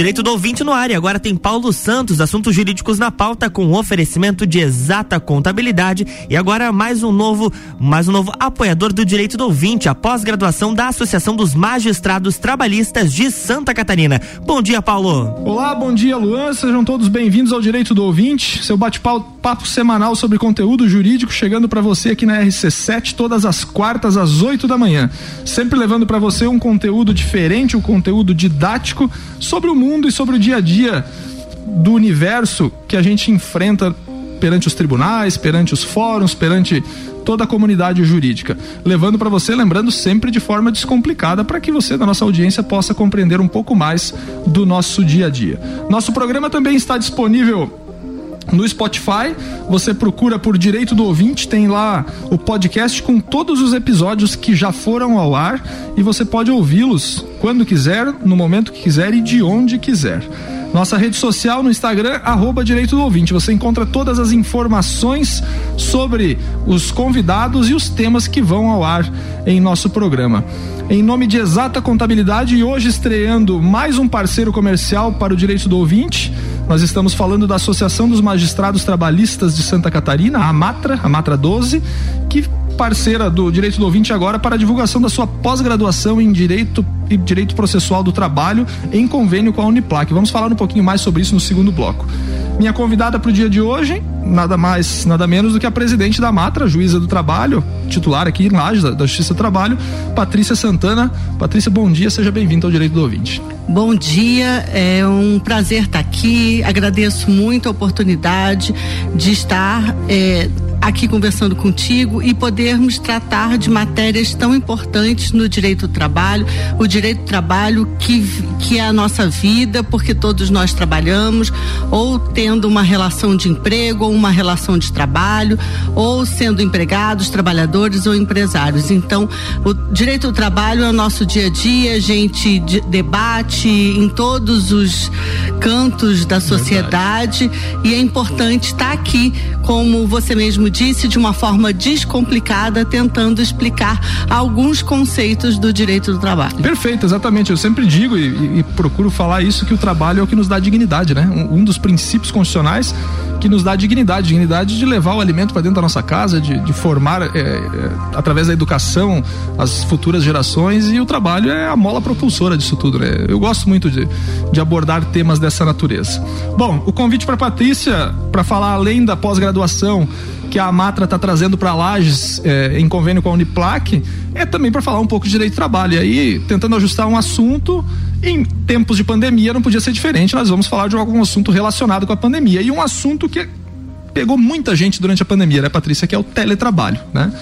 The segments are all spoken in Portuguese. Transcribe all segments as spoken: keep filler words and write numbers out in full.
Direito do Ouvinte no ar, e agora tem Paulo Santos, assuntos jurídicos na pauta, com oferecimento de Exata Contabilidade. E agora mais um novo, mais um novo apoiador do Direito do Ouvinte, a pós-graduação da Associação dos Magistrados Trabalhistas de Santa Catarina. Bom dia, Paulo. Olá, bom dia, Luan. Sejam todos bem-vindos ao Direito do Ouvinte, seu bate-papo semanal sobre conteúdo jurídico, chegando para você aqui na R C sete todas as quartas às oito da manhã. Sempre levando para você um conteúdo diferente, um conteúdo didático sobre o mundo e sobre o dia a dia do universo que a gente enfrenta perante os tribunais, perante os fóruns, perante toda a comunidade jurídica, levando para você, lembrando sempre de forma descomplicada, para que você da nossa audiência possa compreender um pouco mais do nosso dia a dia. Nosso programa também está disponível no Spotify. Você procura por Direito do Ouvinte, tem lá o podcast com todos os episódios que já foram ao ar, e você pode ouvi-los quando quiser, no momento que quiser e de onde quiser. Nossa rede social no Instagram, arroba Direito do Ouvinte. Você encontra todas as informações sobre os convidados e os temas que vão ao ar em nosso programa. Em nome de Exata Contabilidade, e hoje estreando mais um parceiro comercial para o Direito do Ouvinte, nós estamos falando da Associação dos Magistrados Trabalhistas de Santa Catarina, a Matra, a Matra doze, que parceira do Direito do Ouvinte agora para a divulgação da sua pós-graduação em Direito e Direito Processual do Trabalho, em convênio com a Uniplac. Vamos falar um pouquinho mais sobre isso no segundo bloco. Minha convidada para o dia de hoje, nada mais, nada menos do que a presidente da Matra, juíza do trabalho, titular aqui em Lages, da, da Justiça do Trabalho, Patrícia Santana. Patrícia, bom dia, seja bem-vinda ao Direito do Ouvinte. Bom dia, é um prazer estar aqui, agradeço muito a oportunidade de estar é, aqui conversando contigo e podermos tratar de matérias tão importantes no direito do trabalho, o direito do trabalho que, que é a nossa vida, porque todos nós trabalhamos, ou tendo uma relação de emprego, ou uma relação de trabalho, ou sendo empregados, trabalhadores ou empresários. Então, o direito do trabalho é o nosso dia a dia, a gente de, debate em todos os cantos da sociedade. Verdade. E é importante estar aqui, como você mesmo disse, de uma forma descomplicada, tentando explicar alguns conceitos do direito do trabalho. Perfeito, exatamente. Eu sempre digo e, e, e procuro falar isso, que o trabalho é o que nos dá dignidade, né? Um, um dos princípios constitucionais que nos dá dignidade, dignidade de levar o alimento para dentro da nossa casa, de, de formar, é, é, através da educação, as futuras gerações, e o trabalho é a mola propulsora disso tudo, né? Eu gosto muito de, de abordar temas dessa natureza. Bom, o convite para Patrícia, para falar além da pós-graduação que a Matra está trazendo para Lages, é, em convênio com a Uniplac, é também para falar um pouco de direito do trabalho. E aí, tentando ajustar um assunto, em tempos de pandemia não podia ser diferente, nós vamos falar de algum assunto relacionado com a pandemia. E um assunto que pegou muita gente durante a pandemia, né, Patrícia, que é o teletrabalho, né?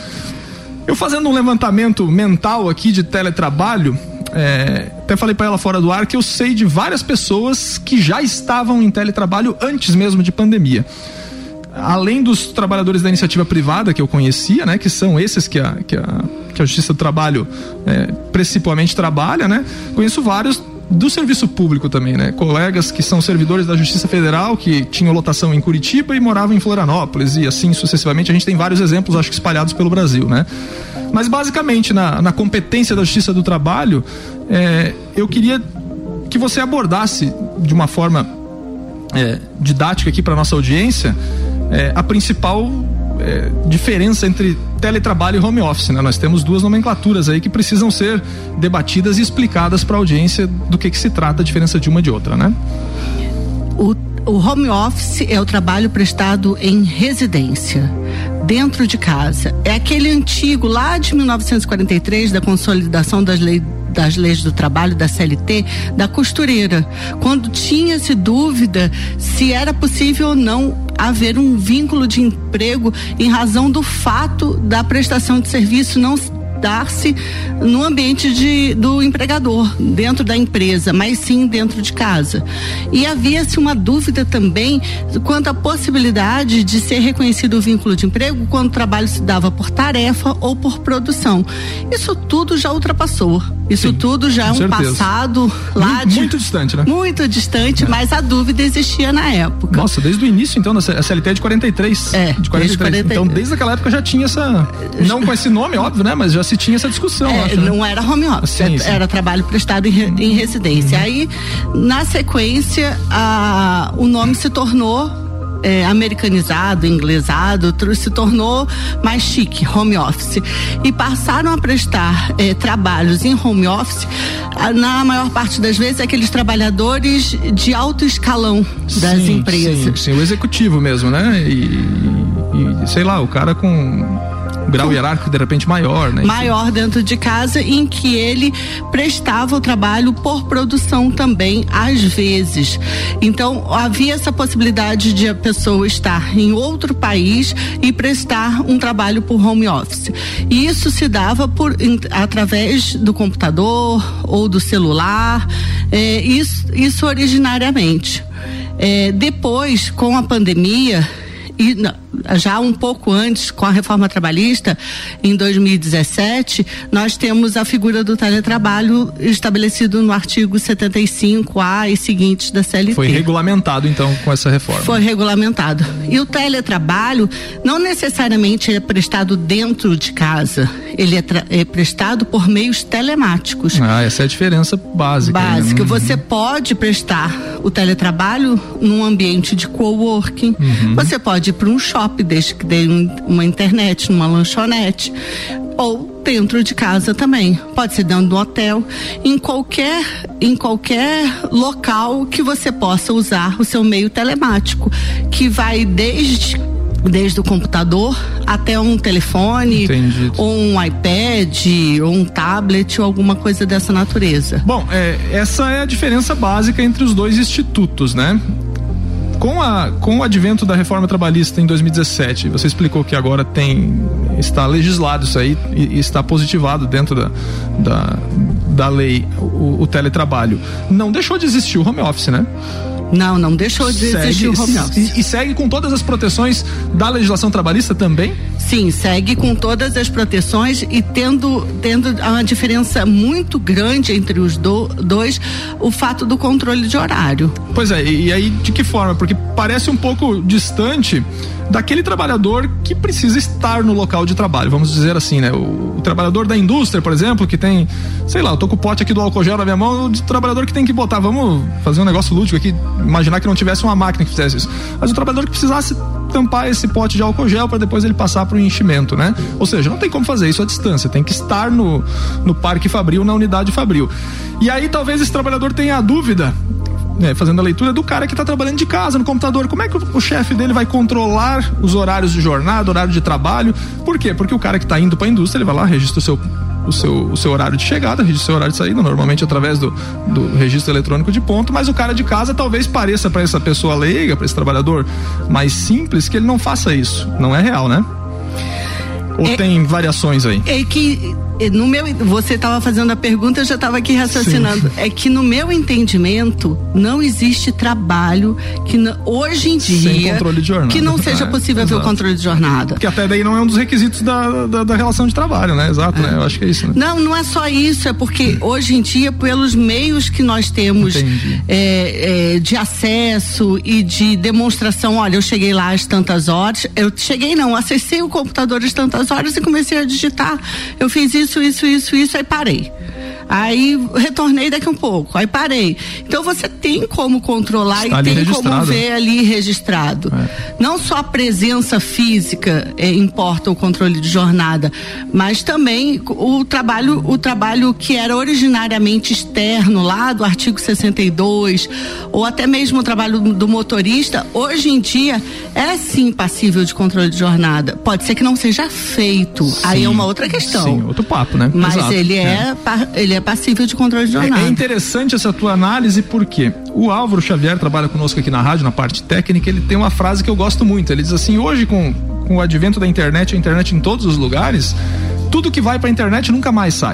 Eu fazendo um levantamento mental aqui de teletrabalho, é, até falei para ela fora do ar que eu sei de várias pessoas que já estavam em teletrabalho antes mesmo de pandemia. Além dos trabalhadores da iniciativa privada que eu conhecia, né, que são esses que a, que a, que a Justiça do Trabalho é, principalmente trabalha, né, conheço vários do serviço público também, né, colegas que são servidores da Justiça Federal, que tinham lotação em Curitiba e moravam em Florianópolis, e assim sucessivamente. A gente tem vários exemplos, acho que espalhados pelo Brasil, né. Mas basicamente na, na competência da Justiça do Trabalho, é, eu queria que você abordasse de uma forma é, didática aqui para nossa audiência É, a principal é, diferença entre teletrabalho e home office, né? Nós temos duas nomenclaturas aí que precisam ser debatidas e explicadas para a audiência do que que se trata a diferença de uma e de outra, né? O, o home office é o trabalho prestado em residência, dentro de casa. É aquele antigo lá de mil novecentos e quarenta e três, da consolidação das leis das leis do trabalho, da C L T, da costureira, quando tinha-se dúvida se era possível ou não haver um vínculo de emprego em razão do fato da prestação de serviço não dar-se no ambiente de, do empregador, dentro da empresa, mas sim dentro de casa. E havia-se uma dúvida também quanto à possibilidade de ser reconhecido o vínculo de emprego quando o trabalho se dava por tarefa ou por produção. Isso tudo já ultrapassou. Isso Sim, tudo já é um certeza. passado lá muito, de, muito distante, né? Muito distante, é. mas a dúvida existia na época. Nossa, desde o início então, da C L T é de quarenta e três. É, de quarenta e três. Desde quarenta e três. Então desde aquela época já tinha essa, não com esse nome, óbvio, né? Mas já se tinha essa discussão. É, acho, né? Não era home office, sim, sim. era trabalho prestado em, re, em residência. Uhum. Aí, na sequência, a, o nome se tornou É, americanizado, inglesado, se tornou mais chique, home office. E passaram a prestar é, trabalhos em home office, na maior parte das vezes, aqueles trabalhadores de alto escalão das sim, empresas. Sim, sim, o executivo mesmo, né? E, e sei lá, o cara com grau hierárquico de repente maior, né? Maior dentro de casa, em que ele prestava o trabalho por produção também, às vezes. Então, havia essa possibilidade de a pessoa estar em outro país e prestar um trabalho por home office. E isso se dava por, através do computador ou do celular, é, isso, isso originariamente. É, depois, com a pandemia, e já um pouco antes, com a reforma trabalhista, em dois mil e dezessete, nós temos a figura do teletrabalho estabelecido no artigo setenta e cinco A e seguintes da C L T. Foi regulamentado, então, com essa reforma. Foi regulamentado. E o teletrabalho não necessariamente é prestado dentro de casa, ele é, é prestado por meios telemáticos. Ah, essa é a diferença básica. Básica. Né? Você pode prestar o teletrabalho num ambiente de coworking, uhum. Você pode ir para um shopping, desde que dê um, uma internet, numa lanchonete, ou dentro de casa também. Pode ser dentro do hotel, em qualquer, em qualquer local que você possa usar o seu meio telemático, que vai desde desde o computador até um telefone, Entendido. ou um iPad, ou um tablet, ou alguma coisa dessa natureza. Bom, é, essa é a diferença básica entre os dois institutos, né? Com, a, com o advento da reforma trabalhista em dois mil e dezessete, você explicou que agora tem, está legislado isso aí e, e está positivado dentro da, da, da lei o, o teletrabalho. Não deixou de existir o home office, né? Não, não deixou de segue, existir o home office. E, e segue com todas as proteções da legislação trabalhista também? Sim, segue com todas as proteções e tendo, tendo uma diferença muito grande entre os do, dois, o fato do controle de horário. Pois é, e, e aí de que forma? Porque parece um pouco distante daquele trabalhador que precisa estar no local de trabalho, vamos dizer assim, né? O, o trabalhador da indústria, por exemplo, que tem, sei lá, eu tô com o pote aqui do álcool gel na minha mão, o trabalhador que tem que botar, vamos fazer um negócio lúdico aqui, imaginar que não tivesse uma máquina que fizesse isso, mas o trabalhador que precisasse tampar esse pote de álcool gel para depois ele passar para o enchimento, né? Ou seja, não tem como fazer isso à distância, tem que estar no, no Parque Fabril, na unidade Fabril. E aí talvez esse trabalhador tenha a dúvida, né, fazendo a leitura do cara que está trabalhando de casa, no computador, como é que o, o chefe dele vai controlar os horários de jornada, horário de trabalho? Por quê? Porque o cara que está indo para a indústria, ele vai lá, registra o seu O seu, o seu horário de chegada, registra o seu horário de saída, normalmente através do, do registro eletrônico de ponto, mas o cara de casa talvez pareça para essa pessoa leiga, para esse trabalhador mais simples, que ele não faça isso. Não é real, né? Ou é, tem variações aí? É que no meu, você estava fazendo a pergunta, eu já estava aqui raciocinando. Sim. É que no meu entendimento não existe trabalho que não, hoje em dia sem controle de jornada, que não seja possível é, ver o controle de jornada. Porque até daí não é um dos requisitos da, da, da relação de trabalho, né? Exato, é. né? Eu acho que é isso, né? Não, não é só isso, é porque hoje em dia, pelos meios que nós temos é, é, de acesso e de demonstração, olha, eu cheguei lá às tantas horas, eu cheguei não, acessei o computador às tantas horas e comecei a digitar, eu fiz isso Isso, isso, isso, isso, aí parei. Aí retornei daqui um pouco, aí parei. Então você tem como controlar Está e tem como ver ali registrado. É. Não só a presença física é, importa o controle de jornada, mas também o trabalho, o trabalho que era originariamente externo lá do artigo sessenta e dois, ou até mesmo o trabalho do motorista, hoje em dia é sim passível de controle de jornada. Pode ser que não seja feito, sim, aí é uma outra questão. Sim, outro papo, né? Mas Exato, ele é, é. ele é passível de controle de jornada. É, é interessante essa tua análise porque o Álvaro Xavier trabalha conosco aqui na rádio, na parte técnica, ele tem uma frase que eu gosto muito, ele diz assim, hoje com, com o advento da internet, a internet em todos os lugares, tudo que vai pra internet nunca mais sai.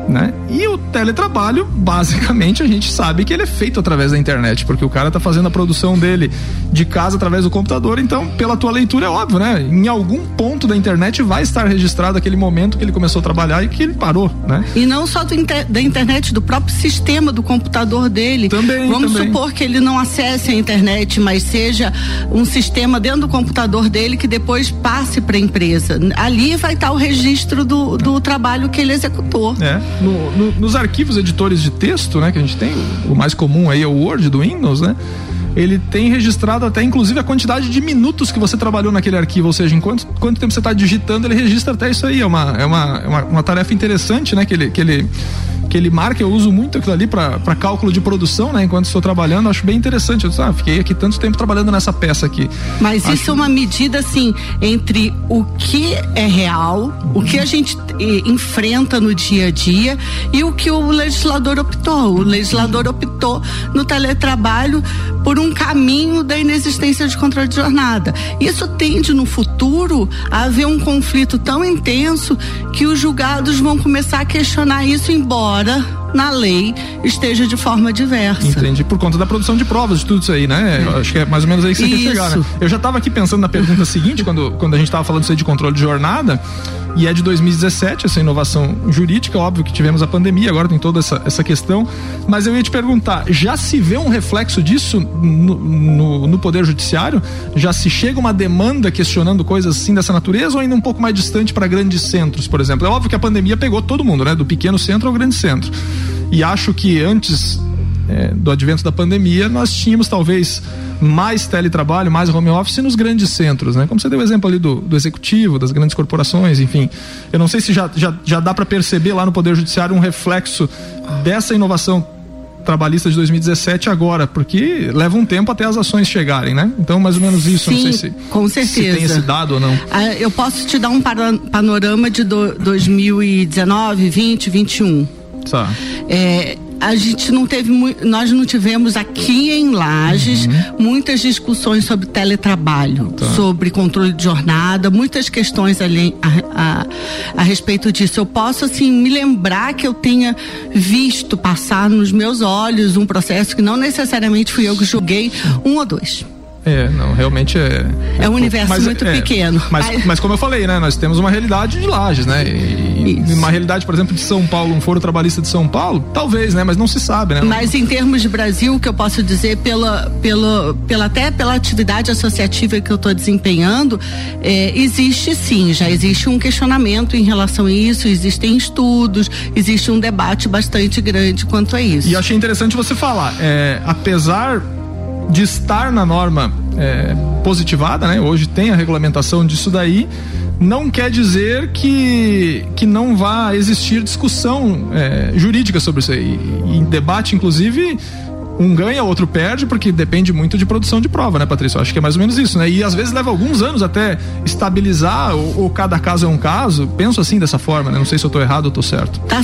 né? E o teletrabalho, basicamente, a gente sabe que ele é feito através da internet, porque o cara tá fazendo a produção dele de casa através do computador, então, pela tua leitura, é óbvio, né? Em algum ponto da internet vai estar registrado aquele momento que ele começou a trabalhar e que ele parou, né? E não só do inter, da internet, do próprio sistema do computador dele. Também, Vamos também. supor que ele não acesse a internet, mas seja um sistema dentro do computador dele que depois passe para a empresa. Ali vai estar o registro do, do trabalho que ele executou. É. No, no, nos arquivos editores de texto, né, que a gente tem, o, o mais comum aí é o Word do Windows, né? Ele tem registrado até, inclusive, a quantidade de minutos que você trabalhou naquele arquivo, ou seja, em quanto, quanto tempo você está digitando, ele registra até isso aí. É uma, é uma, é uma, uma tarefa interessante, né? Que ele, que ele, que ele marca. Eu uso muito aquilo ali para cálculo de produção, né? Enquanto estou trabalhando, eu acho bem interessante. Eu disse, ah, fiquei aqui tanto tempo trabalhando nessa peça aqui. Mas acho... isso é uma medida, assim, entre o que é real, uhum. o que a gente eh, enfrenta no dia a dia e o que o legislador optou. O legislador optou no teletrabalho por um caminho da inexistência de controle de jornada. Isso tende no futuro a haver um conflito tão intenso que os julgados vão começar a questionar isso, embora na lei esteja de forma diversa. Entendi, por conta da produção de provas, de tudo isso aí, né? É. Acho que é mais ou menos aí que você isso. quer chegar, né? Eu já estava aqui pensando na pergunta seguinte, quando, quando a gente estava falando isso aí de controle de jornada, e é de dois mil e dezessete, essa inovação jurídica, óbvio que tivemos a pandemia, agora tem toda essa, essa questão, mas eu ia te perguntar, já se vê um reflexo disso no, no, no Poder Judiciário? Já se chega uma demanda questionando coisas assim dessa natureza, ou ainda um pouco mais distante para grandes centros, por exemplo? É óbvio que a pandemia pegou todo mundo, né? Do pequeno centro ao grande centro. E acho que antes é, do advento da pandemia, nós tínhamos talvez mais teletrabalho, mais home office nos grandes centros, né? Como você deu o exemplo ali do, do executivo, das grandes corporações, enfim. Eu não sei se já, já, já dá para perceber lá no Poder Judiciário um reflexo dessa inovação trabalhista de dois mil e dezessete agora, porque leva um tempo até as ações chegarem, né? Então, mais ou menos isso. Sim, não sei se, com certeza. se tem esse dado ou não. Ah, eu posso te dar um panorama de do, dois mil e dezenove, vinte, vinte e um. Tá. É, a gente não teve, nós não tivemos aqui em Lages uhum. muitas discussões sobre teletrabalho, tá. sobre controle de jornada, muitas questões ali a, a, a respeito disso. Eu posso assim me lembrar que eu tenha visto passar nos meus olhos um processo que não necessariamente fui eu que julguei, um ou dois. É, não, realmente é... É um universo mas, muito é, pequeno. Mas, mas como eu falei, né, nós temos uma realidade de Lages, né, e, e uma realidade, por exemplo, de São Paulo, um foro trabalhista de São Paulo, talvez, né, mas não se sabe, né. Mas em termos de Brasil, o que eu posso dizer, pela, pela, pela, até pela atividade associativa que eu estou desempenhando, é, existe sim, já existe um questionamento em relação a isso, existem estudos, existe um debate bastante grande quanto a isso. E eu achei interessante você falar, é, apesar de estar na norma é, positivada, né? Hoje tem a regulamentação disso daí, não quer dizer que, que não vá existir discussão é, jurídica sobre isso aí. E em debate, inclusive, um ganha, outro perde, porque depende muito de produção de prova, né, Patrícia? Eu acho que é mais ou menos isso, né? E às vezes leva alguns anos até estabilizar, ou, ou cada caso é um caso. Penso assim, dessa forma, né? Não sei se eu tô errado ou tô certo. Tá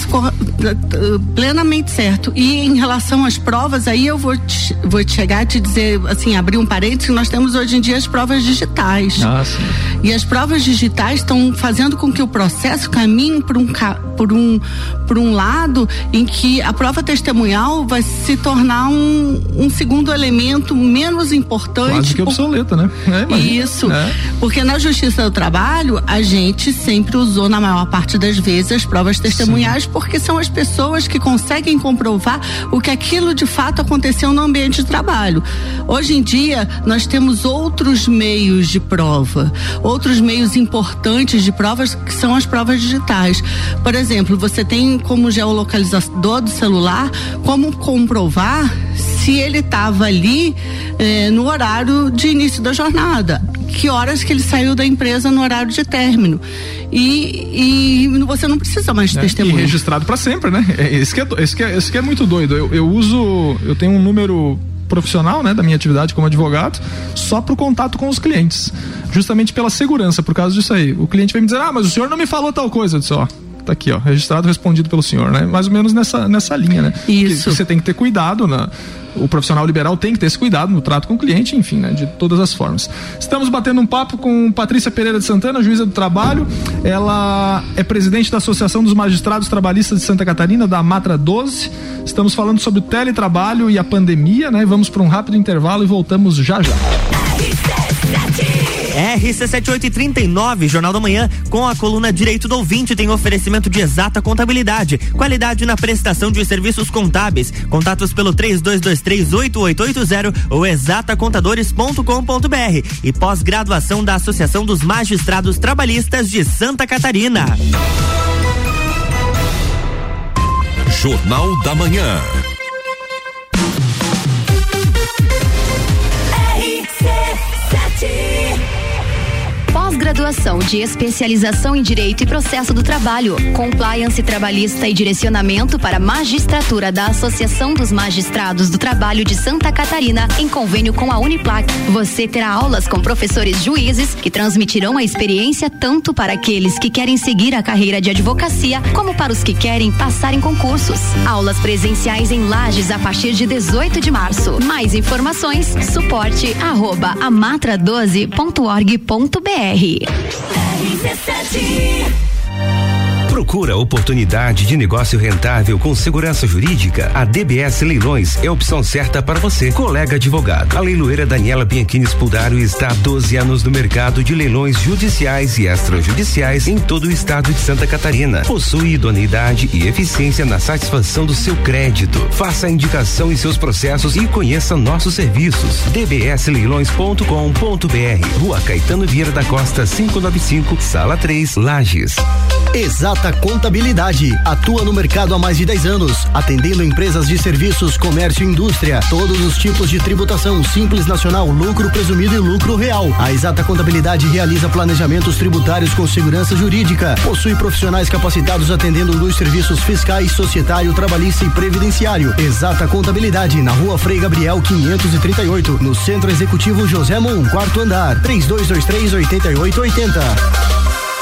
plenamente certo. E em relação às provas, aí eu vou te, vou te chegar a te dizer, assim, abrir um parênteses, que nós temos hoje em dia as provas digitais. Ah, sim. E as provas digitais estão fazendo com que o processo caminhe por um, por um, por um lado em que a prova testemunhal vai se tornar um Um, um segundo elemento menos importante. Quase que obsoleta, né? É, mas, isso, é. Porque na Justiça do Trabalho a gente sempre usou, na maior parte das vezes, as provas testemunhais, sim, porque são as pessoas que conseguem comprovar o que aquilo de fato aconteceu no ambiente de trabalho. Hoje em dia nós temos outros meios de prova, outros meios importantes de provas, que são as provas digitais. Por exemplo, você tem como geolocalizador do celular como comprovar se ele estava ali eh, no horário de início da jornada, que horas que ele saiu da empresa no horário de término, e, e você não precisa mais de é, testemunha. E registrado para sempre, né? Esse que é, esse que é, esse que é muito doido. Eu, eu uso, eu tenho um número profissional, né, da minha atividade como advogado, só para o contato com os clientes, justamente pela segurança, por causa disso aí. O cliente vem me dizer, ah, mas o senhor não me falou tal coisa. Eu disse, ó, tá aqui, ó, registrado, respondido pelo senhor, né? Mais ou menos nessa, nessa linha, né? Isso. Que você tem que ter cuidado na... O profissional liberal tem que ter esse cuidado no trato com o cliente, enfim, né, de todas as formas. Estamos batendo um papo com Patrícia Pereira de Santana, juíza do trabalho. Ela é presidente da Associação dos Magistrados Trabalhistas de Santa Catarina, da Amatra doze. Estamos falando sobre o teletrabalho e a pandemia, né? Vamos para um rápido intervalo e voltamos já já. R C sete oito trinta e nove, Jornal da Manhã, com a coluna Direito do Ouvinte, tem oferecimento de Exata Contabilidade, qualidade na prestação de serviços contábeis. Contatos pelo três dois dois três, oito oito oito zero ou exata contadores ponto com ponto b r e pós-graduação da Associação dos Magistrados Trabalhistas de Santa Catarina. Jornal da Manhã. Pós-graduação de especialização em Direito e Processo do Trabalho, Compliance Trabalhista e Direcionamento para Magistratura da Associação dos Magistrados do Trabalho de Santa Catarina, em convênio com a Uniplac. Você terá aulas com professores juízes que transmitirão a experiência tanto para aqueles que querem seguir a carreira de advocacia, como para os que querem passar em concursos. Aulas presenciais em Lages a partir de dezoito de março. Mais informações, suporte arroba amatra doze ponto org ponto b r. Procura oportunidade de negócio rentável com segurança jurídica? A D B S Leilões é a opção certa para você, colega advogado. A leiloeira Daniela Bianchini Spudário está há doze anos no mercado de leilões judiciais e extrajudiciais em todo o estado de Santa Catarina. Possui idoneidade e eficiência na satisfação do seu crédito. Faça a indicação em seus processos e conheça nossos serviços. d b s leilões ponto com ponto b r, Rua Caetano Vieira da Costa quinhentos e noventa e cinco, Sala três, Lages. Exata Contabilidade atua no mercado há mais de dez anos, atendendo empresas de serviços, comércio e indústria, todos os tipos de tributação, simples, nacional, lucro presumido e lucro real. A Exata Contabilidade realiza planejamentos tributários com segurança jurídica, possui profissionais capacitados atendendo nos serviços fiscais, societário, trabalhista e previdenciário. Exata Contabilidade, na Rua Frei Gabriel quinhentos e trinta e oito, no Centro Executivo José Mon, quarto andar, três dois dois três, oito oito oito zero.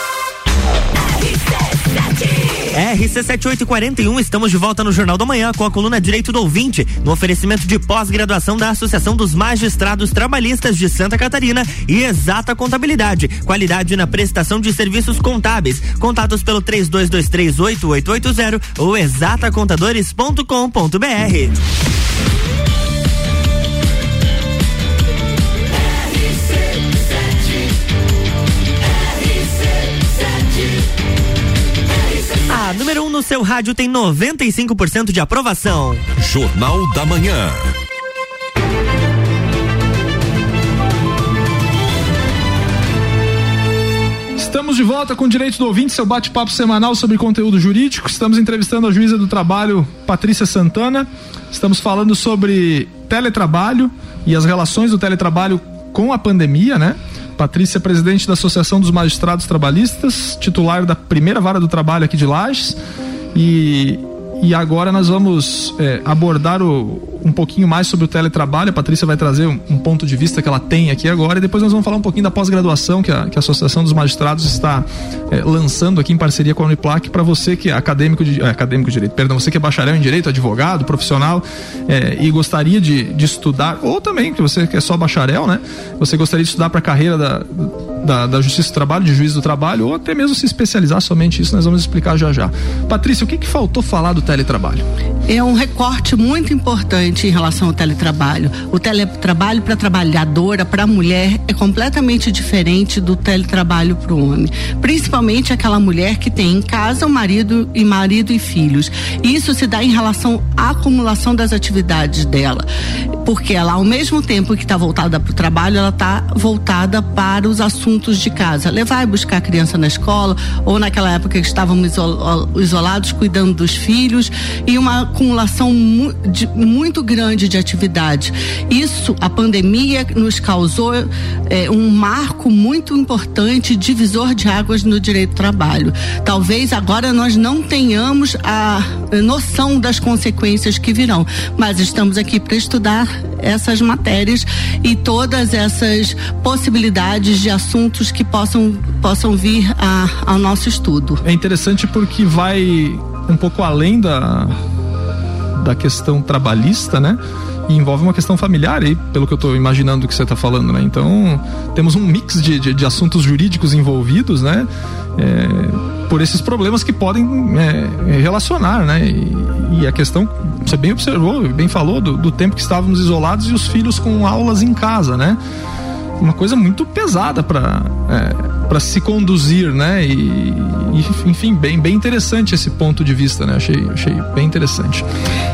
R C sete oito quarenta e um, estamos de volta no Jornal da Manhã com a coluna Direito do Ouvinte, no oferecimento de pós-graduação da Associação dos Magistrados Trabalhistas de Santa Catarina e Exata Contabilidade, qualidade na prestação de serviços contábeis. Contatos pelo três dois dois três, oito oito oito zero ou exata contadores ponto com ponto b r. A número um no seu rádio tem noventa e cinco por cento de aprovação. Jornal da Manhã. Estamos de volta com o Direito do Ouvinte, seu bate-papo semanal sobre conteúdo jurídico. Estamos entrevistando a juíza do trabalho, Patrícia Santana. Estamos falando sobre teletrabalho e as relações do teletrabalho com a pandemia, né? Patrícia é presidente da Associação dos Magistrados Trabalhistas, titular da primeira vara do trabalho aqui de Lages, e, e agora nós vamos é, abordar o, um pouquinho mais sobre o teletrabalho. A Patrícia vai trazer um, um ponto de vista que ela tem aqui agora, e depois nós vamos falar um pouquinho da pós-graduação que a, que a Associação dos Magistrados está é, lançando aqui em parceria com a Uniplac, para você que é acadêmico de, é, acadêmico de direito, perdão, você que é bacharel em direito, advogado, profissional, é, e gostaria de, de estudar, ou também que você que é só bacharel, né? Você gostaria de estudar para a carreira da, da, da Justiça do Trabalho, de juiz do trabalho, ou até mesmo se especializar somente isso, nós vamos explicar já já. Patrícia, o que que faltou falar do teletrabalho? É um recorte muito importante em relação ao teletrabalho. O teletrabalho para a trabalhadora, para a mulher, é completamente diferente do teletrabalho para o homem. Principalmente aquela mulher que tem em casa o marido e marido e filhos. Isso se dá em relação à acumulação das atividades dela. Porque ela, ao mesmo tempo que está voltada para o trabalho, ela está voltada para os assuntos de casa. Levar e buscar a criança na escola, ou naquela época que estávamos isolados, cuidando dos filhos, e uma acumulação mu- de, muito grande de atividade. Isso, a pandemia nos causou é, um marco muito importante, divisor de águas no direito do trabalho. Talvez agora nós não tenhamos a noção das consequências que virão, mas estamos aqui para estudar essas matérias e todas essas possibilidades de assuntos que possam, possam vir a, ao nosso estudo. É interessante porque vai um pouco além da, da questão trabalhista, né? E envolve uma questão familiar aí, pelo que eu estou imaginando que você está falando, né? Então, temos um mix de, de, de assuntos jurídicos envolvidos, né? É, por esses problemas que podem é, relacionar, né? E, e a questão, você bem observou, bem falou, do, do tempo que estávamos isolados e os filhos com aulas em casa, né? Uma coisa muito pesada para é, para se conduzir, né? E, e enfim, bem, bem interessante esse ponto de vista, né? Achei, achei bem interessante.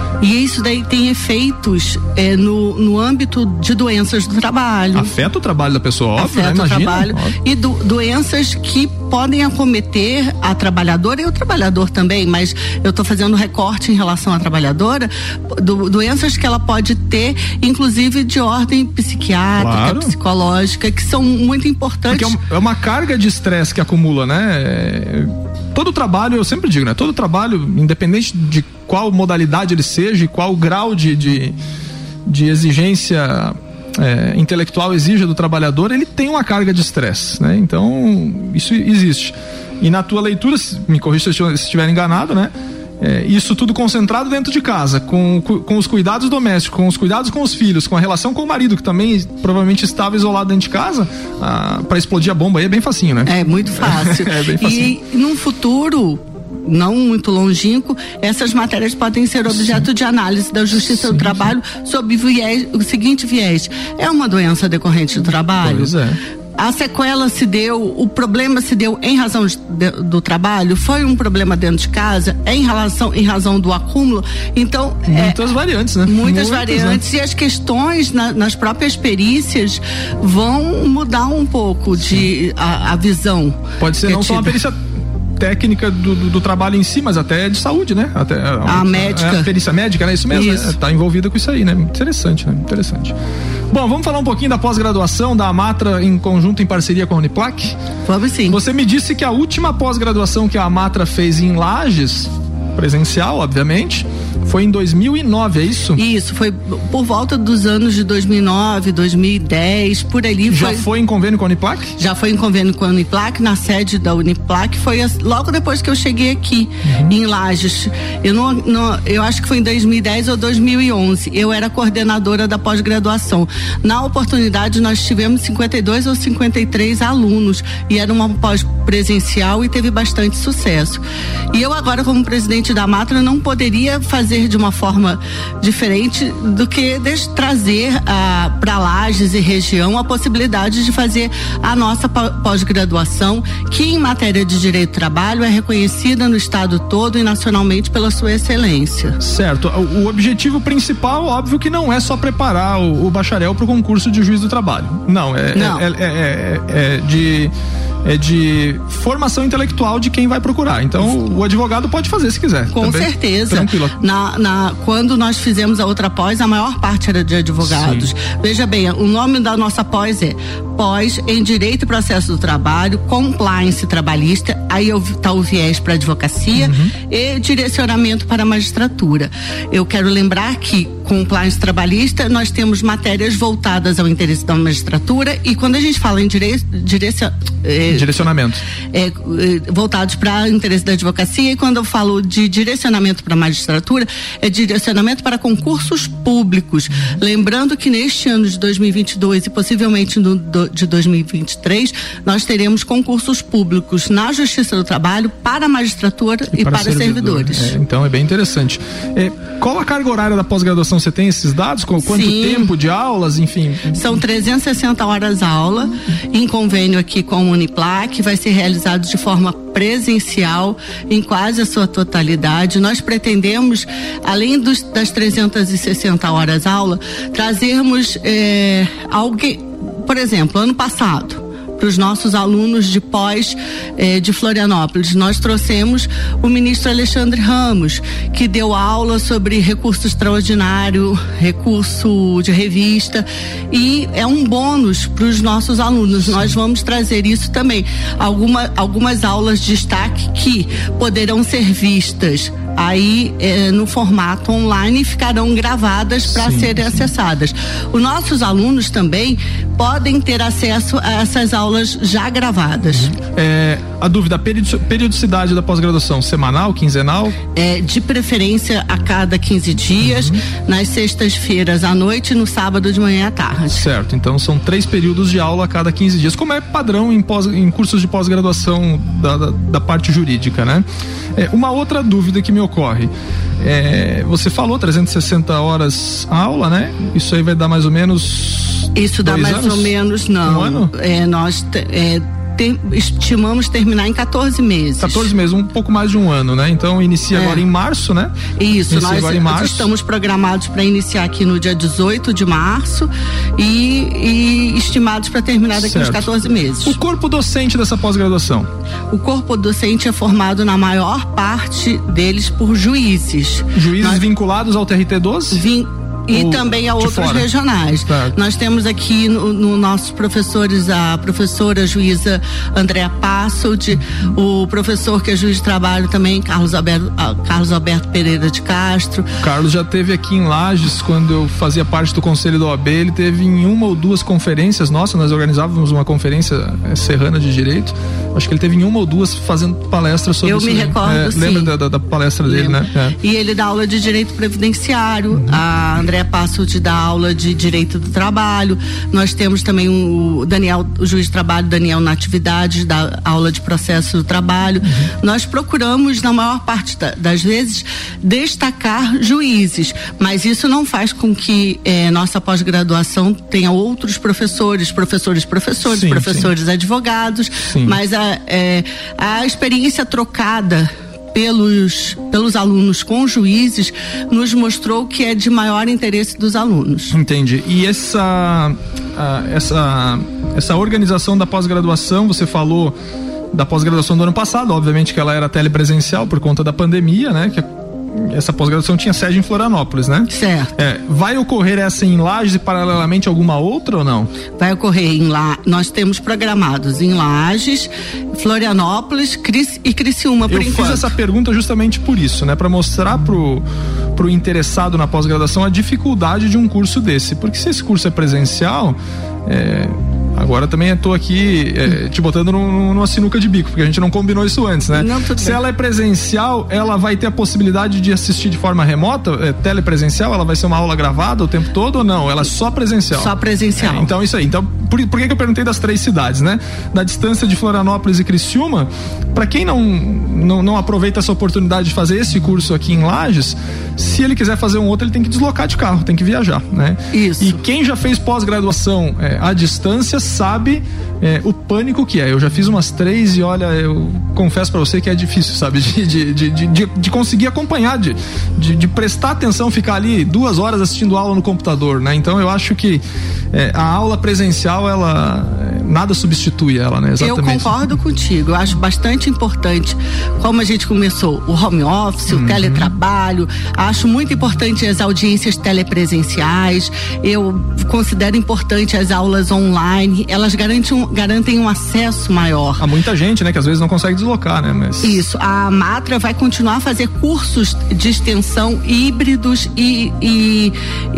E isso daí tem efeitos é, no, no âmbito de doenças do trabalho. Afeta o trabalho da pessoa, óbvio, Afeta né? Imagina, o trabalho. Óbvio. E do, doenças que podem acometer a trabalhadora e o trabalhador também, mas eu estou fazendo um recorte em relação à trabalhadora, do, doenças que ela pode ter, inclusive de ordem psiquiátrica, claro, psicológica, que são muito importantes. Porque é, um, é uma carga de estresse que acumula, né? É, todo trabalho, eu sempre digo, né? Todo trabalho, independente de qual modalidade ele seja e qual grau de, de, de exigência é, intelectual exija do trabalhador, ele tem uma carga de estresse, né? Então, isso existe. E na tua leitura, me corrija se eu estiver enganado, né? É, isso tudo concentrado dentro de casa, com, com os cuidados domésticos, com os cuidados com os filhos, com a relação com o marido, que também provavelmente estava isolado dentro de casa, ah, para explodir a bomba aí é bem facinho, né? É muito fácil. É bem facinho. E num futuro não muito longínquo, essas matérias podem ser objeto Sim. de análise da Justiça Sim. do Trabalho sob viés, o seguinte viés: é uma doença decorrente do trabalho? Pois é. A sequela se deu, o problema se deu em razão de, de, do trabalho, foi um problema dentro de casa, é em relação, em razão do acúmulo. Então, muitas é, variantes, né? Muitas, muitas variantes, né? E as questões na, nas próprias perícias vão mudar um pouco de a, a visão. Pode ser não só uma perícia técnica do, do, do trabalho em si, mas até de saúde, né? Até a, a médica. A, a perícia médica, né? Isso mesmo, isso. Né? Tá envolvida com isso aí, né? Interessante, né? Interessante. Bom, vamos falar um pouquinho da pós-graduação da Amatra em conjunto, em parceria com a Uniplac? Vamos sim. Você me disse que a última pós-graduação que a Amatra fez em Lages, presencial, obviamente, foi em dois mil e nove, é isso? Isso, foi por volta dos anos de dois mil e nove, dois mil e dez, por ali. Já foi, foi em convênio com a Uniplac? Já foi em convênio com a Uniplac, na sede da Uniplac, foi logo depois que eu cheguei aqui, uhum. em Lages. Eu, não, não, eu acho que foi em dois mil e dez ou dois mil e onze, eu era coordenadora da pós-graduação. Na oportunidade, nós tivemos cinquenta e dois ou cinquenta e três alunos, e era uma pós-presencial e teve bastante sucesso. E eu agora, como presidente da Amatra, não poderia fazer de uma forma diferente do que de trazer ah, para Lages e região a possibilidade de fazer a nossa pós-graduação, que em matéria de direito do trabalho é reconhecida no estado todo e nacionalmente pela sua excelência. Certo. O, o objetivo principal, óbvio que não é só preparar o, o bacharel para o concurso de juiz do trabalho. Não, é, não. É, é, é, é, é de é de formação intelectual de quem vai procurar. Então, o advogado pode fazer se quiser. Com também, certeza. Tranquilo. Na, na, quando nós fizemos a outra pós, a maior parte era de advogados. Sim. Veja bem, o nome da nossa pós é Pós em Direito e Processo do Trabalho, Compliance Trabalhista, aí está o viés para advocacia, uhum. e direcionamento para a magistratura. Eu quero lembrar que Compliance Trabalhista, nós temos matérias voltadas ao interesse da magistratura, e quando a gente fala em dire, direcion, é, direcionamento é, é, voltados para o interesse da advocacia, e quando eu falo de direcionamento para a magistratura, é direcionamento para concursos públicos. Lembrando que neste ano de dois mil e vinte e dois e possivelmente no do, de dois mil e vinte e três, nós teremos concursos públicos na Justiça do Trabalho para a magistratura e, e para, para servidores. servidores. É, então é bem interessante. É, qual a carga horária da pós-graduação? Você tem esses dados? Com quanto Sim. tempo de aulas, enfim? São trezentas e sessenta horas aula, em convênio aqui com a Uniplac, vai ser realizado de forma presencial em quase a sua totalidade. Nós pretendemos, além dos, das trezentas e sessenta horas aula, trazermos é, alguém, por exemplo, ano passado, para os nossos alunos de pós eh, de Florianópolis, nós trouxemos o ministro Alexandre Ramos, que deu aula sobre recurso extraordinário, recurso de revista, e é um bônus para os nossos alunos. Sim. Nós vamos trazer isso também. Alguma, algumas aulas de destaque que poderão ser vistas aí é, no formato online, ficarão gravadas para serem sim. acessadas. Os nossos alunos também podem ter acesso a essas aulas já gravadas. Uhum. É, a dúvida, a periodicidade da pós-graduação, semanal, quinzenal? É, de preferência a cada quinze dias, uhum. nas sextas-feiras à noite e no sábado de manhã à tarde. Certo, então são três períodos de aula a cada quinze dias, como é padrão em, pós, em cursos de pós-graduação da, da, da parte jurídica, né? É, uma outra dúvida que me ocorre, é, você falou trezentas e sessenta horas aula, né? Isso aí vai dar mais ou menos Isso dá mais anos? ou menos, não. Um ano? É, nós é, Ter, estimamos terminar em quatorze meses. quatorze meses, um pouco mais de um ano, né? Então inicia é. agora em março, né? Isso, inicia nós agora em março. estamos programados para iniciar aqui no dia dezoito de março e, e estimados para terminar daqui uns quatorze meses. O corpo docente dessa pós-graduação? O corpo docente é formado na maior parte deles por juízes. Juízes nós, vinculados ao T R T doze? Vin, E também a outros fora. regionais. Tá. Nós temos aqui no, no nossos professores a professora juíza Andréa Passold, o professor que é juiz de trabalho também, Carlos Alberto, Carlos Alberto Pereira de Castro. O Carlos já teve aqui em Lages, quando eu fazia parte do conselho da O A B, ele teve em uma ou duas conferências, nossa, nós organizávamos uma conferência é, serrana de direito, acho que ele teve em uma ou duas fazendo palestras sobre eu isso. Eu me recordo, é, sim. Lembra da, da, da palestra dele, Lembra. né? É. E ele dá aula de direito previdenciário, uhum. a Andréa Passold dá aula de direito do trabalho, nós temos também o Daniel, o juiz de trabalho, Daniel Natividade, dá aula de processo do trabalho. Uhum. Nós procuramos, na maior parte da, das vezes, destacar juízes, mas isso não faz com que eh, nossa pós-graduação tenha outros professores, professores, professores, sim, professores, sim. advogados, sim. mas a, eh, a experiência trocada Pelos, pelos alunos com juízes nos mostrou que é de maior interesse dos alunos. Entendi. E essa, uh, essa, essa organização da pós-graduação, você falou da pós-graduação do ano passado, obviamente que ela era telepresencial por conta da pandemia, né? Que essa pós-graduação tinha sede em Florianópolis, né? Certo. É, vai ocorrer essa em Lages e paralelamente alguma outra ou não? Vai ocorrer em lá, nós temos programados em Lages, Florianópolis Cris, e Criciúma, por Eu enquanto. Eu fiz essa pergunta justamente por isso, né? Para mostrar pro, pro interessado na pós-graduação a dificuldade de um curso desse, porque se esse curso é presencial, é... Agora também estou aqui é, te botando num, numa sinuca de bico, porque a gente não combinou isso antes, né? Não, tudo Se bem. ela é presencial, ela vai ter a possibilidade de assistir de forma remota, é, telepresencial, ela vai ser uma aula gravada o tempo todo ou não? Ela é só presencial? Só presencial. É, então isso aí. Então, por, por que que eu perguntei das três cidades, né? Da distância de Florianópolis e Criciúma, para quem não, não, não aproveita essa oportunidade de fazer esse curso aqui em Lages, se ele quiser fazer um outro, ele tem que deslocar de carro, tem que viajar, né? Isso. E quem já fez pós-graduação é, à distância sabe é, o pânico que é. Eu já fiz umas três e olha, eu confesso pra você que é difícil, sabe? De, de, de, de, de conseguir acompanhar, de, de, de prestar atenção, ficar ali duas horas assistindo aula no computador, né? Então eu acho que é, a aula presencial, ela nada substitui ela, né? Exatamente. Eu concordo contigo, eu acho bastante importante como a gente começou o home office, uhum. o teletrabalho, acho muito importante as audiências telepresenciais, eu considero importante as aulas online, elas garantem um, garantem um acesso maior. Há muita gente, né, que às vezes não consegue deslocar, né? Mas... Isso, a Matra vai continuar a fazer cursos de extensão híbridos e, e,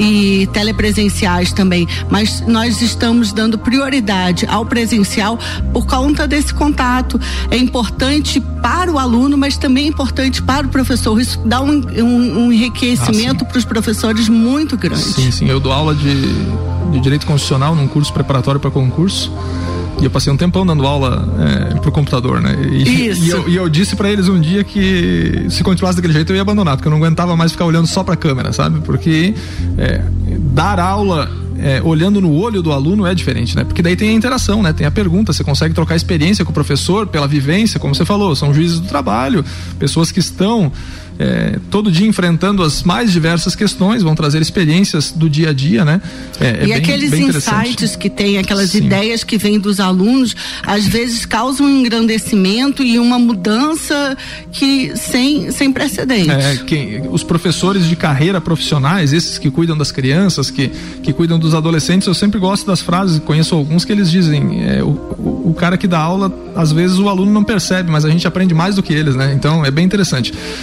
e telepresenciais também, mas nós estamos dando prioridade ao presencial por conta desse contato. É importante para o aluno, mas também é importante para o professor. Isso dá um, um, um enriquecimento ah, para os professores muito grande. Sim, sim. Eu dou aula de, de Direito Constitucional num curso preparatório para concurso. E eu passei um tempão dando aula é, pro computador, né? E, Isso. E eu, e eu disse pra eles um dia que se continuasse daquele jeito eu ia abandonar, porque eu não aguentava mais ficar olhando só pra câmera, sabe? Porque é, dar aula é, olhando no olho do aluno é diferente, né? Porque daí tem a interação, né? Tem a pergunta, você consegue trocar experiência com o professor pela vivência, como você falou, são juízes do trabalho, pessoas que estão É, todo dia enfrentando as mais diversas questões, vão trazer experiências do dia a dia, né? É, é e bem, aqueles bem insights que tem, aquelas Sim. ideias que vêm dos alunos, às vezes causam um engrandecimento e uma mudança que sem, sem precedentes. É, quem, os professores de carreira profissionais, esses que cuidam das crianças, que, que cuidam dos adolescentes, eu sempre gosto das frases, conheço alguns que eles dizem, é, o, o, o cara que dá aula, às vezes o aluno não percebe, mas a gente aprende mais do que eles, né? Então é bem interessante. Patrícia,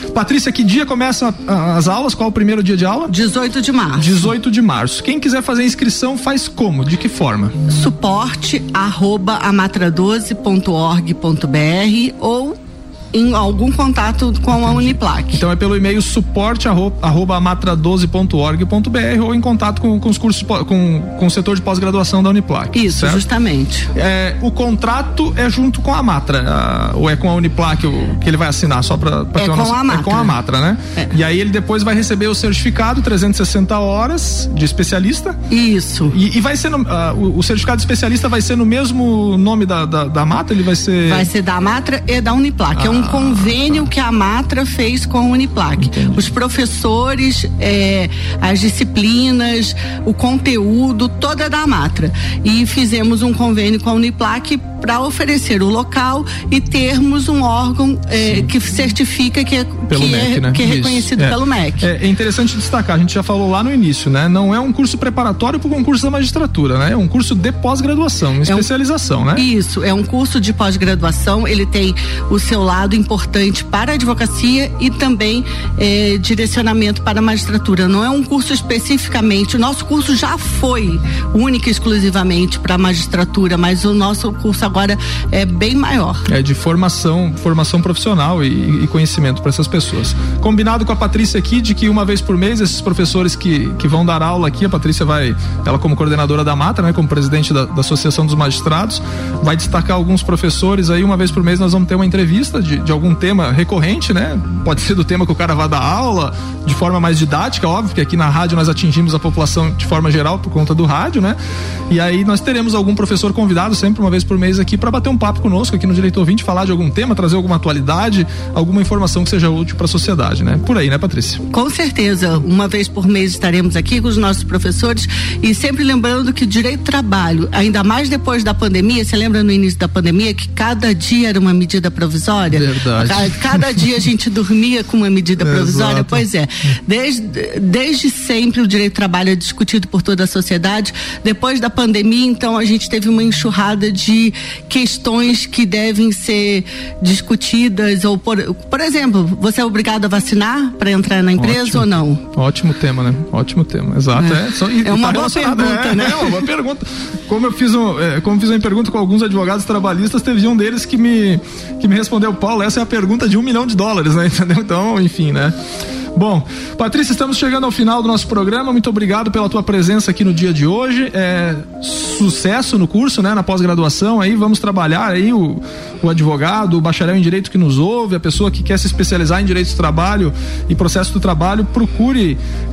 Patrícia, que dia começam as aulas? Qual o primeiro dia de aula? dezoito de março. dezoito de março. Quem quiser fazer a inscrição, faz como? De que forma? Suporte arroba amatra doze ponto org ponto br ou em algum contato com a Uniplac. Então é pelo e-mail suporte arroba amatra doze ponto org ponto br ou em contato com, com os cursos, com, com o setor de pós-graduação da Uniplac. Isso, certo? Justamente. É, o contrato é junto com a Amatra, a, ou é com a Uniplac o, que ele vai assinar só para é com nossa, a Amatra. É com a Amatra, né? É. E aí ele depois vai receber o certificado trezentas e sessenta horas de especialista. Isso. E, e vai ser no, uh, o, o certificado de especialista vai ser no mesmo nome da, da, da Amatra? Ele vai ser... Vai ser da Amatra e da Uniplac. Ah. É um convênio que a Amatra fez com a Uniplac. Entendi. Os professores, é, as disciplinas, o conteúdo, toda é da Amatra. E fizemos um convênio com a Uniplac para oferecer o local e termos um órgão é, que certifica que é, pelo que M E C, é, né? que é reconhecido é. pelo M E C. É, é interessante destacar, a gente já falou lá no início, né? Não é um curso preparatório para o concurso da magistratura, né? É um curso de pós-graduação, uma especialização, é um, né? Isso, é um curso de pós-graduação, ele tem o seu lado importante para a advocacia e também é, direcionamento para a magistratura. Não é um curso especificamente, o nosso curso já foi única e exclusivamente para a magistratura, mas o nosso curso agora é bem maior. É de formação, formação profissional e, e conhecimento para essas pessoas. Combinado com a Patrícia aqui de que uma vez por mês esses professores que, que vão dar aula aqui, a Patrícia vai, ela como coordenadora da Matra, né, como presidente da, da Associação dos Magistrados, vai destacar alguns professores aí, uma vez por mês nós vamos ter uma entrevista de, de algum tema recorrente, né? Pode ser do tema que o cara vai dar aula, de forma mais didática, óbvio, que aqui na rádio nós atingimos a população de forma geral por conta do rádio, né? E aí nós teremos algum professor convidado sempre uma vez por mês aqui para bater um papo conosco aqui no Direito Ouvinte, falar de algum tema, trazer alguma atualidade, alguma informação que seja útil para a sociedade, né? Por aí, né, Patrícia? Com certeza, uma vez por mês estaremos aqui com os nossos professores e sempre lembrando que direito do trabalho, ainda mais depois da pandemia, você lembra no início da pandemia que cada dia era uma medida provisória? Verdade. Cada, cada dia a gente dormia com uma medida provisória, Exato. Pois é. Desde, desde sempre o direito do trabalho é discutido por toda a sociedade. Depois da pandemia, então, a gente teve uma enxurrada de questões que devem ser discutidas, ou por, por exemplo, você é obrigado a vacinar para entrar na empresa Ótimo. ou não? Ótimo tema, né? Ótimo tema, exato. É, é. Só, e, é uma tá boa pergunta, é, né? É uma boa pergunta. Como eu fiz um, é, como fiz uma pergunta com alguns advogados trabalhistas, teve um deles que me, que me respondeu, Paulo, essa é a pergunta de um milhão de dólares, né? Entendeu? Então, enfim, né? Bom, Patrícia, estamos chegando ao final do nosso programa. Muito obrigado pela tua presença aqui no dia de hoje. É, sucesso no curso, né? Na pós-graduação aí, vamos trabalhar aí o, o advogado, o bacharel em direito que nos ouve, a pessoa que quer se especializar em direito do trabalho e processo do trabalho, procure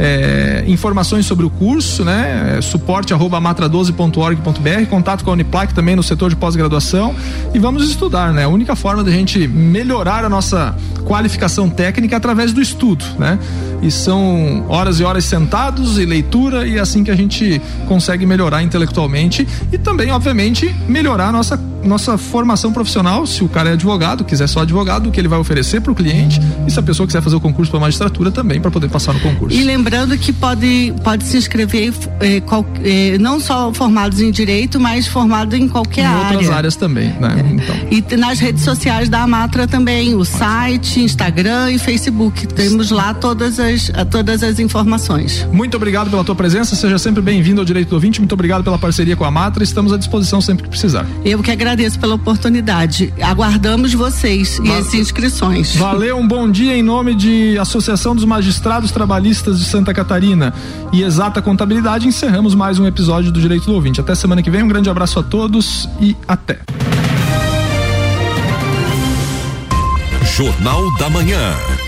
é, informações sobre o curso, né? É, suporte arroba amatra doze ponto org ponto br, contato com a Uniplac também no setor de pós-graduação e vamos estudar, né? A única forma da gente melhorar a nossa qualificação técnica é através do estudo, né? E são horas e horas sentados e leitura, e é assim que a gente consegue melhorar intelectualmente e também, obviamente, melhorar a nossa, nossa formação profissional. Se o cara é advogado, quiser só advogado, o que ele vai oferecer para o cliente, e se a pessoa quiser fazer o concurso para magistratura também, para poder passar no concurso. E lembrando que pode, pode se inscrever eh, qual, eh, não só formados em direito, mas formados em qualquer em área. Em outras áreas também, né? É. Então. E nas redes sociais da Amatra também, o site, Instagram e Facebook. Temos lá todas as, todas as informações. Muito obrigado pela tua presença, seja sempre bem-vindo ao Direito do Ouvinte, muito obrigado pela parceria com a Amatra, estamos à disposição sempre que precisar. Eu que agradeço pela oportunidade, aguardamos vocês e as inscrições. Valeu, um bom dia em nome de Associação dos Magistrados Trabalhistas de Santa Catarina e Exata Contabilidade, encerramos mais um episódio do Direito do Ouvinte. Até semana que vem, um grande abraço a todos e até. Jornal da Manhã.